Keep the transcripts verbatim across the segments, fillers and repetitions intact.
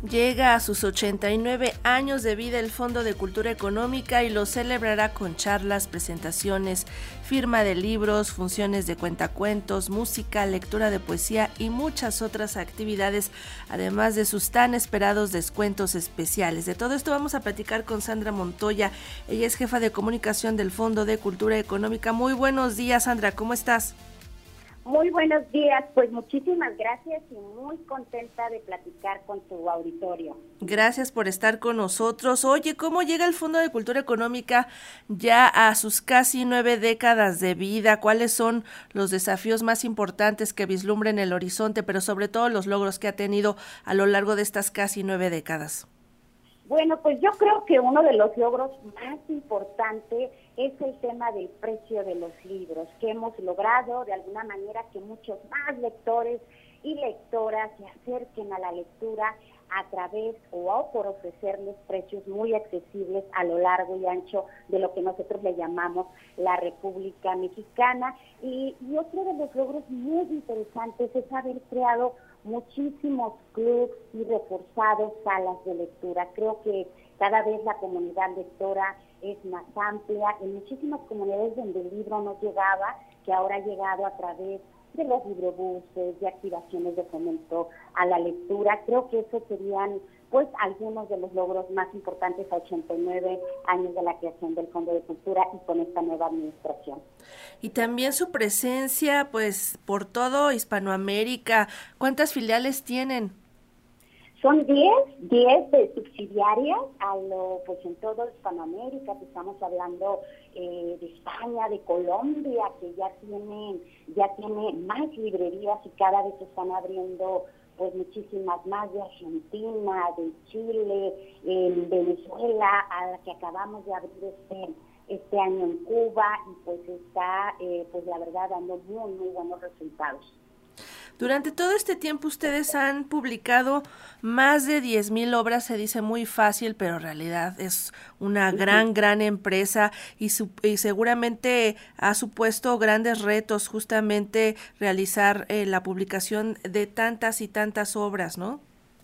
Llega a sus ochenta y nueve años de vida el Fondo de Cultura Económica y lo celebrará con charlas, presentaciones, firma de libros, funciones de cuentacuentos, música, lectura de poesía y muchas otras actividades, además de sus tan esperados descuentos especiales. De todo esto vamos a platicar con Sandra Montoya. Ella es jefa de comunicación del Fondo de Cultura Económica. Muy buenos días, Sandra, ¿cómo estás? Muy buenos días, pues muchísimas gracias y muy contenta de platicar con tu auditorio. Gracias por estar con nosotros. Oye, ¿cómo llega el Fondo de Cultura Económica ya a sus casi nueve décadas de vida? ¿Cuáles son los desafíos más importantes que vislumbren el horizonte, pero sobre todo los logros que ha tenido a lo largo de estas casi nueve décadas? Bueno, pues yo creo que uno de los logros más importantes es el tema del precio de los libros, que hemos logrado de alguna manera que muchos más lectores y lectoras se acerquen a la lectura a través o por ofrecerles precios muy accesibles a lo largo y ancho de lo que nosotros le llamamos la República Mexicana. Y, y otro de los logros muy interesantes es haber creado muchísimos clubs y reforzado salas de lectura. Creo que cada vez la comunidad lectora es más amplia, en muchísimas comunidades donde el libro no llegaba, que ahora ha llegado a través de los librobuses, de activaciones de fomento a la lectura. Creo que esos serían pues algunos de los logros más importantes a ochenta y nueve años de la creación del Fondo de Cultura y con esta nueva administración. Y también su presencia pues por todo Hispanoamérica. ¿Cuántas filiales tienen? Son diez, diez de subsidiarias a lo, pues en todo Hispanoamérica. Estamos hablando eh, de España, de Colombia, que ya tienen, ya tiene más librerías y cada vez se están abriendo pues muchísimas más, de Argentina, de Chile, en Venezuela, a la que acabamos de abrir este este año en Cuba, y pues está eh, pues la verdad dando muy muy buenos resultados. Durante todo este tiempo ustedes han publicado más de diez mil obras, se dice muy fácil, pero en realidad es una gran, gran empresa y, su, y seguramente ha supuesto grandes retos justamente realizar eh, la publicación de tantas y tantas obras, ¿no?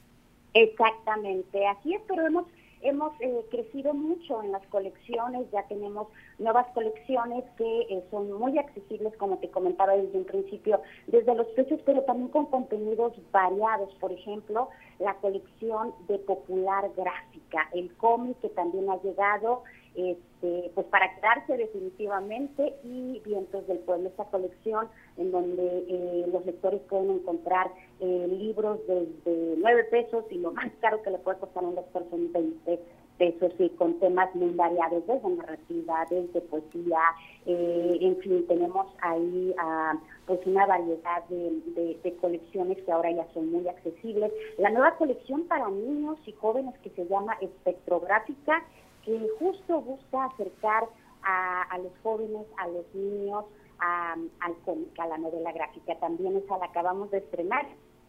Exactamente, así es, pero hemos Hemos eh, crecido mucho en las colecciones, ya tenemos nuevas colecciones que eh, son muy accesibles, como te comentaba desde un principio, desde los precios, pero también con contenidos variados. Por ejemplo, la colección de popular gráfica, el cómic que también ha llegado este, pues para quedarse definitivamente, y Vientos del Pueblo, esta colección en donde eh, los lectores pueden encontrar eh, libros desde nueve pesos y lo más caro que le puede costar a un lector son veinte pesos, y con temas muy variados, desde narrativa, desde poesía, eh, en fin, tenemos ahí uh, pues una variedad de, de, de colecciones que ahora ya son muy accesibles. La nueva colección para niños y jóvenes que se llama Espectrográfica, que justo busca acercar a, a los jóvenes, a los niños, a, al cómic, a la novela gráfica. También esa la acabamos de estrenar.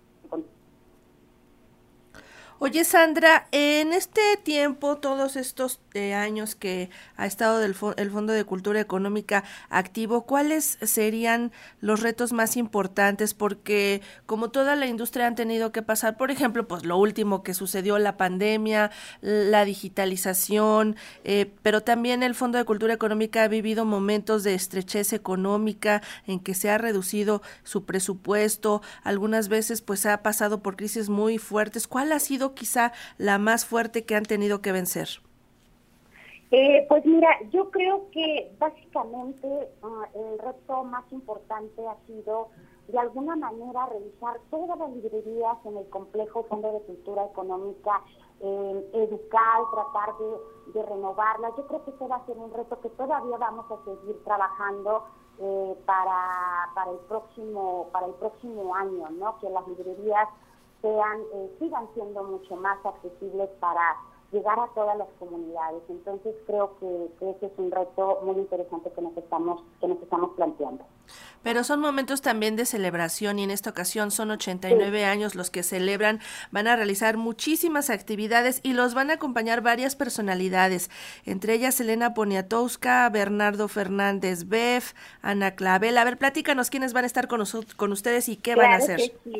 Oye, Sandra, en este tiempo, todos estos eh, años que ha estado del fo- el Fondo de Cultura Económica activo, ¿cuáles serían los retos más importantes? Porque como toda la industria han tenido que pasar, por ejemplo, pues lo último que sucedió, la pandemia, la digitalización, eh, pero también el Fondo de Cultura Económica ha vivido momentos de estrechez económica en que se ha reducido su presupuesto, algunas veces pues ha pasado por crisis muy fuertes. ¿Cuál ha sido quizá la más fuerte que han tenido que vencer? Eh, pues mira, yo creo que básicamente uh, el reto más importante ha sido de alguna manera revisar todas las librerías en el complejo Fondo de Cultura Económica, eh, educar, tratar de, de renovarlas. Yo creo que ese va a ser un reto que todavía vamos a seguir trabajando eh, para, para el próximo, para el próximo año, ¿no? Que las librerías sean, eh, sigan siendo mucho más accesibles para llegar a todas las comunidades. Entonces creo que, que ese es un reto muy interesante que nos estamos, que nos estamos planteando. Pero son momentos también de celebración y en esta ocasión son ochenta y nueve sí. años los que celebran, van a realizar muchísimas actividades y los van a acompañar varias personalidades, entre ellas Elena Poniatowska, Bernardo Fernández Beff, Ana Clavel. A ver, platícanos quiénes van a estar con nosotros, con ustedes y qué claro van a hacer. Que sí.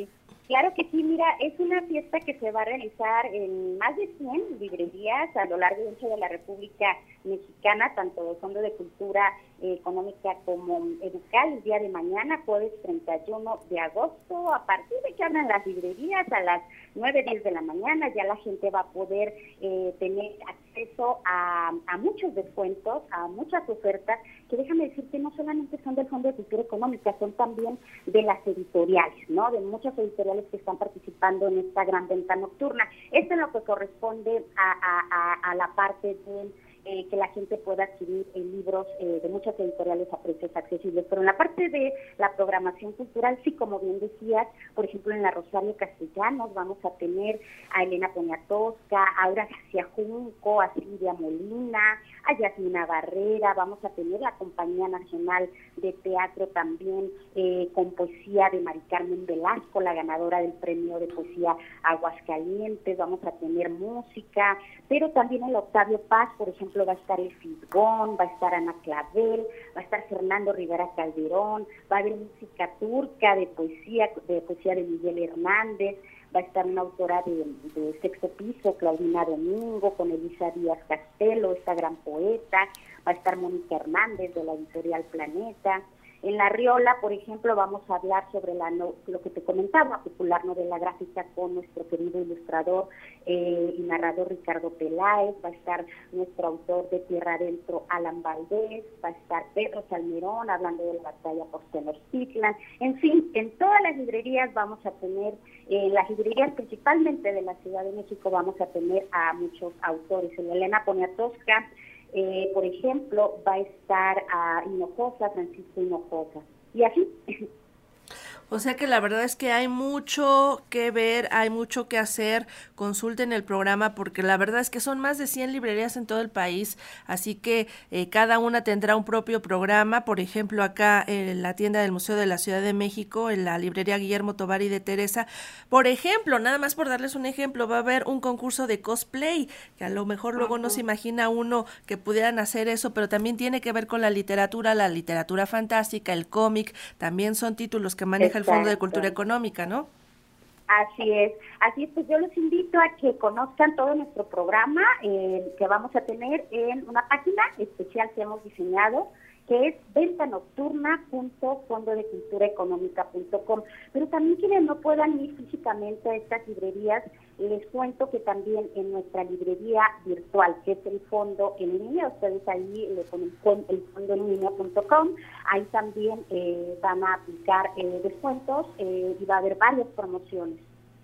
Claro que sí, mira, es una fiesta que se va a realizar en más de cien librerías a lo largo y ancho de la República Mexicana, tanto del Fondo de Cultura eh, Económica como Educal, el día de mañana, jueves treinta y uno de agosto, a partir de que abran las librerías a las nueve, diez de la mañana, ya la gente va a poder eh, tener acceso a, a muchos descuentos, a muchas ofertas, que déjame decirte, no solamente son del Fondo de Cultura Económica, son también de las editoriales, ¿no? De muchas editoriales que están participando en esta gran venta nocturna. Esto es lo que corresponde a, a, a, a la parte de eh, que la gente pueda adquirir eh, libros eh, de muchas editoriales a precios accesibles. Pero en la parte de la programación cultural, sí, como bien decías, por ejemplo, en la Rosario Castellanos vamos a tener a Elena Poniatowska, a Aura García Junco, a Silvia Molina, a Yasmina Barrera, vamos a tener la Compañía Nacional de Teatro también eh, con poesía de Mari Carmen Velasco, la ganadora del Premio de Poesía Aguascalientes, vamos a tener música, pero también el Octavio Paz, por ejemplo, va a estar el Fisgón, va a estar Ana Clavel, va a estar Fernando Rivera Calderón, va a haber música turca de poesía, de poesía de Miguel Hernández, va a estar una autora de, de Sexto Piso, Claudina Domingo, con Elisa Díaz Castelo, esta gran poeta, va a estar Mónica Hernández de la editorial Planeta. En La Riola, por ejemplo, vamos a hablar sobre la no, lo que te comentaba, popular novela gráfica con nuestro querido ilustrador eh, y narrador Ricardo Peláez, va a estar nuestro autor de Tierra Adentro, Alan Valdés, va a estar Pedro Salmerón hablando de la batalla por Tenochtitlan. En fin, en todas las librerías vamos a tener, en eh, las librerías principalmente de la Ciudad de México vamos a tener a muchos autores. En Elena Poniatowska, Eh, por ejemplo, va a estar a Hinojosa, Francisco Hinojosa, y así. O sea que la verdad es que hay mucho que ver, hay mucho que hacer. Consulten el programa porque la verdad es que son más de cien librerías en todo el país, así que eh, cada una tendrá un propio programa. Por ejemplo, acá en la tienda del Museo de la Ciudad de México, en la librería Guillermo Tovar y de Teresa, por ejemplo, nada más por darles un ejemplo, va a haber un concurso de cosplay, que a lo mejor luego no se imagina uno que pudieran hacer eso, pero también tiene que ver con la literatura, la literatura fantástica, el cómic, también son títulos que maneja el Fondo de Cultura Económica, ¿no? Así es, así es, pues yo los invito a que conozcan todo nuestro programa eh, que vamos a tener en una página especial que hemos diseñado, que es venta nocturna punto fondo de cultura económica punto com. Pero también quienes no puedan ir físicamente a estas librerías, les cuento que también en nuestra librería virtual, que es el fondo en línea, ustedes ahí le ponen el fondo en línea punto com, ahí también eh, van a aplicar eh, descuentos eh, y va a haber varias promociones.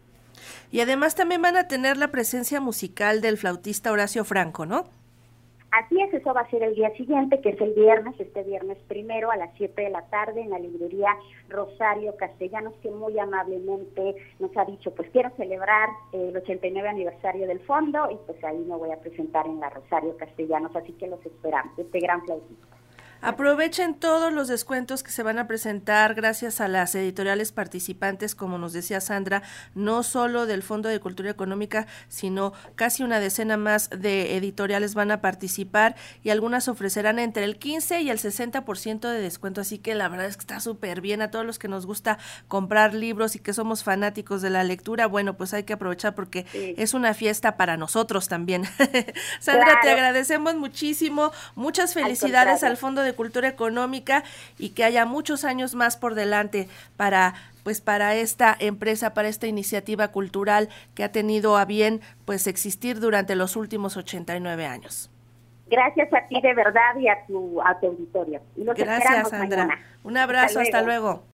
Y además también van a tener la presencia musical del flautista Horacio Franco, ¿no? Así es, eso va a ser el día siguiente, que es el viernes, este viernes primero a las siete de la tarde en la librería Rosario Castellanos, que muy amablemente nos ha dicho, pues quiero celebrar eh, el ochenta y nueve aniversario del fondo y pues ahí me voy a presentar en la Rosario Castellanos, así que los esperamos, este gran flautista. Aprovechen todos los descuentos que se van a presentar gracias a las editoriales participantes, como nos decía Sandra, no solo del Fondo de Cultura Económica, sino casi una decena más de editoriales van a participar y algunas ofrecerán entre el quince y el sesenta por ciento de descuento, así que la verdad es que está súper bien. A todos los que nos gusta comprar libros y que somos fanáticos de la lectura, bueno, pues hay que aprovechar porque sí, es una fiesta para nosotros también. Sandra, claro, te agradecemos muchísimo, muchas felicidades al, al Fondo de Cultura Económica y que haya muchos años más por delante para pues para esta empresa, para esta iniciativa cultural que ha tenido a bien pues existir durante los últimos ochenta y nueve años. Gracias a ti de verdad y a tu, a tu auditorio. Y los Gracias, Sandra. Mañana. Un abrazo, hasta luego. Hasta luego.